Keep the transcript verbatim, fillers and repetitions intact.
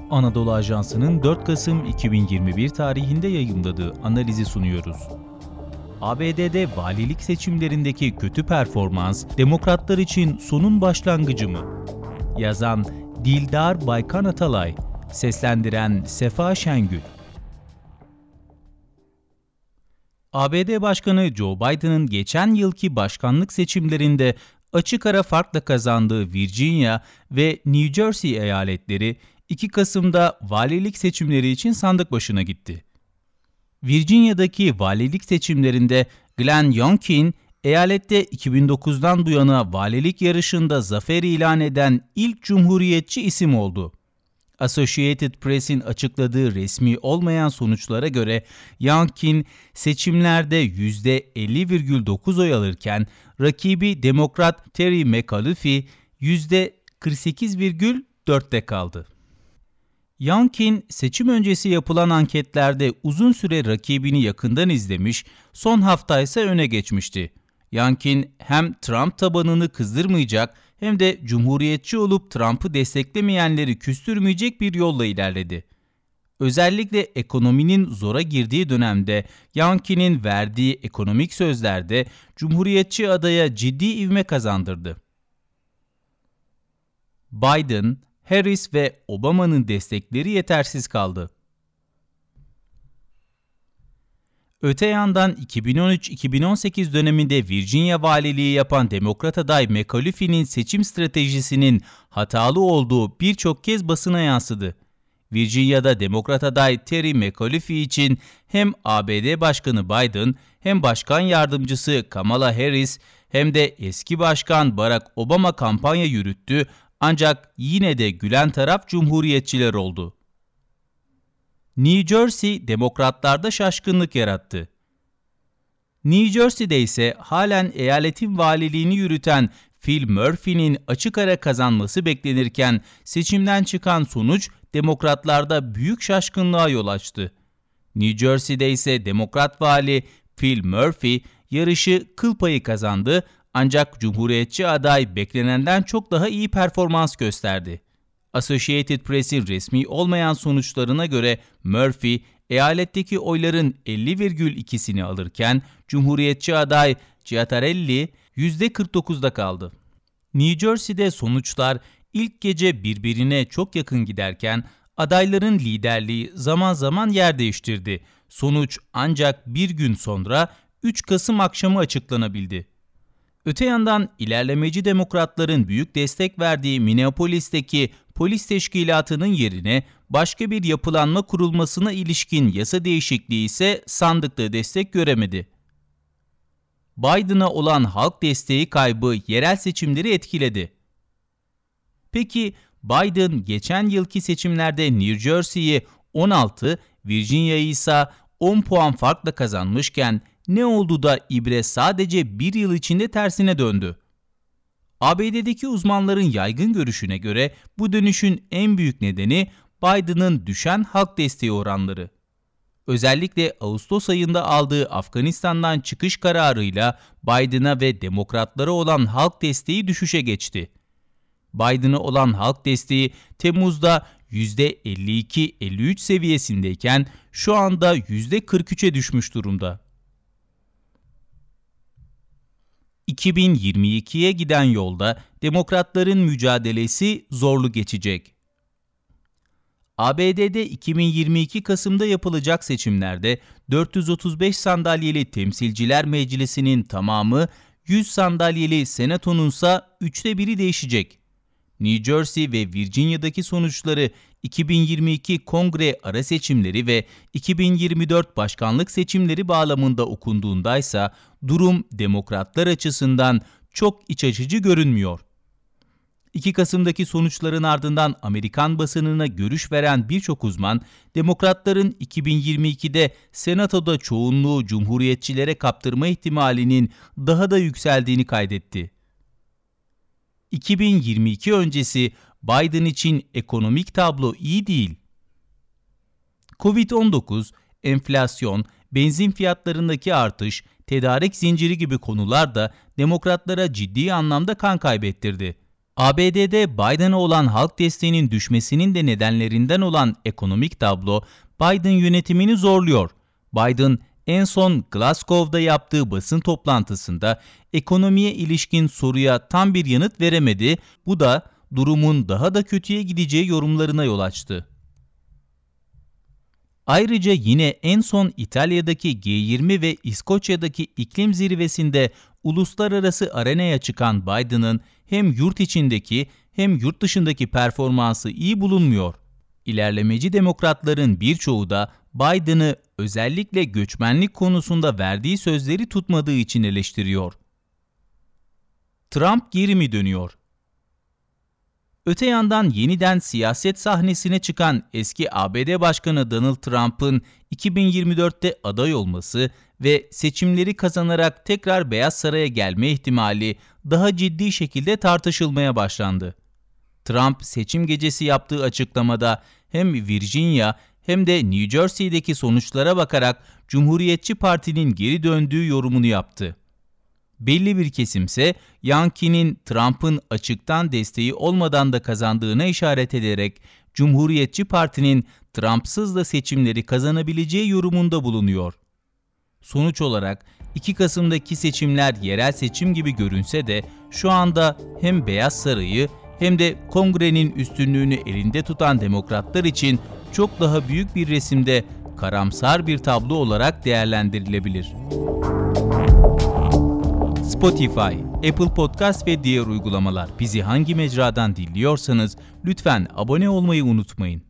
Anadolu Ajansı'nın dört Kasım iki bin yirmi bir tarihinde yayımladığı analizi sunuyoruz. A B D'de valilik seçimlerindeki kötü performans, demokratlar için sonun başlangıcı mı? Yazan Dildar Baykan Atalay, seslendiren Sefa Şengül. A B D Başkanı Joe Biden'ın geçen yılki başkanlık seçimlerinde açık ara farkla kazandığı Virginia ve New Jersey eyaletleri iki Kasım'da valilik seçimleri için sandık başına gitti. Virginia'daki valilik seçimlerinde Glenn Youngkin, eyalette iki bin dokuzdan bu yana valilik yarışında zafer ilan eden ilk cumhuriyetçi isim oldu. Associated Press'in açıkladığı resmi olmayan sonuçlara göre Youngkin seçimlerde yüzde elli virgül dokuz oy alırken rakibi Demokrat Terry McAuliffe yüzde kırk sekiz virgül dörtte kaldı. Youngkin seçim öncesi yapılan anketlerde uzun süre rakibini yakından izlemiş, son hafta ise öne geçmişti. Youngkin hem Trump tabanını kızdırmayacak hem de cumhuriyetçi olup Trump'ı desteklemeyenleri küstürmeyecek bir yolla ilerledi. Özellikle ekonominin zora girdiği dönemde Youngkin'in verdiği ekonomik sözlerde cumhuriyetçi adaya ciddi ivme kazandırdı. Biden, Harris ve Obama'nın destekleri yetersiz kaldı. Öte yandan iki bin on üç iki bin on sekiz döneminde Virginia valiliği yapan Demokrat aday McAuliffe'nin seçim stratejisinin hatalı olduğu birçok kez basına yansıdı. Virginia'da Demokrat aday Terry McAuliffe için hem A B D Başkanı Biden hem Başkan Yardımcısı Kamala Harris hem de eski Başkan Barack Obama kampanya yürüttü, ancak yine de gülen taraf cumhuriyetçiler oldu. New Jersey demokratlarda şaşkınlık yarattı. New Jersey'de ise halen eyaletin valiliğini yürüten Phil Murphy'nin açık ara kazanması beklenirken seçimden çıkan sonuç demokratlarda büyük şaşkınlığa yol açtı. New Jersey'de ise demokrat vali Phil Murphy yarışı kıl payı kazandı, ancak cumhuriyetçi aday beklenenden çok daha iyi performans gösterdi. Associated Press'in resmi olmayan sonuçlarına göre Murphy, eyaletteki oyların elli virgül ikisini alırken cumhuriyetçi aday Ciattarelli yüzde kırk dokuzda kaldı. New Jersey'de sonuçlar ilk gece birbirine çok yakın giderken adayların liderliği zaman zaman yer değiştirdi. Sonuç ancak bir gün sonra üç Kasım akşamı açıklanabildi. Öte yandan ilerlemeci demokratların büyük destek verdiği Minneapolis'teki polis teşkilatının yerine başka bir yapılanma kurulmasına ilişkin yasa değişikliği ise sandıkta destek göremedi. Biden'a olan halk desteği kaybı yerel seçimleri etkiledi. Peki Biden geçen yılki seçimlerde New Jersey'yi on altı, Virginia'yı ise on puan farkla kazanmışken ne oldu da ibre sadece bir yıl içinde tersine döndü? A B D'deki uzmanların yaygın görüşüne göre bu dönüşün en büyük nedeni Biden'ın düşen halk desteği oranları. Özellikle Ağustos ayında aldığı Afganistan'dan çıkış kararıyla Biden'a ve demokratlara olan halk desteği düşüşe geçti. Biden'a olan halk desteği Temmuz'da yüzde elli iki elli üç seviyesindeyken şu anda yüzde kırk üçe düşmüş durumda. iki bin yirmi ikiye giden yolda demokratların mücadelesi zorlu geçecek. A B D'de iki bin yirmi iki Kasım'da yapılacak seçimlerde dört yüz otuz beş sandalyeli Temsilciler Meclisi'nin tamamı, yüz sandalyeli Senato'nunsa üçte biri değişecek. New Jersey ve Virginia'daki sonuçları iki bin yirmi iki Kongre ara seçimleri ve iki bin yirmi dört başkanlık seçimleri bağlamında okunduğundaysa durum demokratlar açısından çok iç açıcı görünmüyor. iki Kasım'daki sonuçların ardından Amerikan basınına görüş veren birçok uzman, demokratların iki bin yirmi ikide Senato'da çoğunluğu cumhuriyetçilere kaptırma ihtimalinin daha da yükseldiğini kaydetti. iki bin yirmi iki öncesi Biden için ekonomik tablo iyi değil. kovid on dokuz, enflasyon, benzin fiyatlarındaki artış, tedarik zinciri gibi konular da demokratlara ciddi anlamda kan kaybettirdi. A B D'de Biden'a olan halk desteğinin düşmesinin de nedenlerinden olan ekonomik tablo Biden yönetimini zorluyor. Biden en son Glasgow'da yaptığı basın toplantısında ekonomiye ilişkin soruya tam bir yanıt veremedi. Bu da durumun daha da kötüye gideceği yorumlarına yol açtı. Ayrıca yine en son İtalya'daki G yirmi ve İskoçya'daki iklim zirvesinde uluslararası arenaya çıkan Biden'ın hem yurt içindeki hem yurt dışındaki performansı iyi bulunmuyor. İlerlemeci demokratların birçoğu da Biden'ı özellikle göçmenlik konusunda verdiği sözleri tutmadığı için eleştiriyor. Trump geri mi dönüyor? Öte yandan yeniden siyaset sahnesine çıkan eski A B D Başkanı Donald Trump'ın iki bin yirmi dörtte aday olması ve seçimleri kazanarak tekrar Beyaz Saray'a gelme ihtimali daha ciddi şekilde tartışılmaya başlandı. Trump seçim gecesi yaptığı açıklamada hem Virginia hem de New Jersey'deki sonuçlara bakarak Cumhuriyetçi Parti'nin geri döndüğü yorumunu yaptı. Belli bir kesimse Yankee'nin Trump'ın açıktan desteği olmadan da kazandığına işaret ederek Cumhuriyetçi Parti'nin Trump'sız da seçimleri kazanabileceği yorumunda bulunuyor. Sonuç olarak iki Kasım'daki seçimler yerel seçim gibi görünse de şu anda hem Beyaz Sarayı hem de Kongre'nin üstünlüğünü elinde tutan demokratlar için çok daha büyük bir resimde karamsar bir tablo olarak değerlendirilebilir. Spotify, Apple Podcast ve diğer uygulamalar bizi hangi mecradan dinliyorsanız lütfen abone olmayı unutmayın.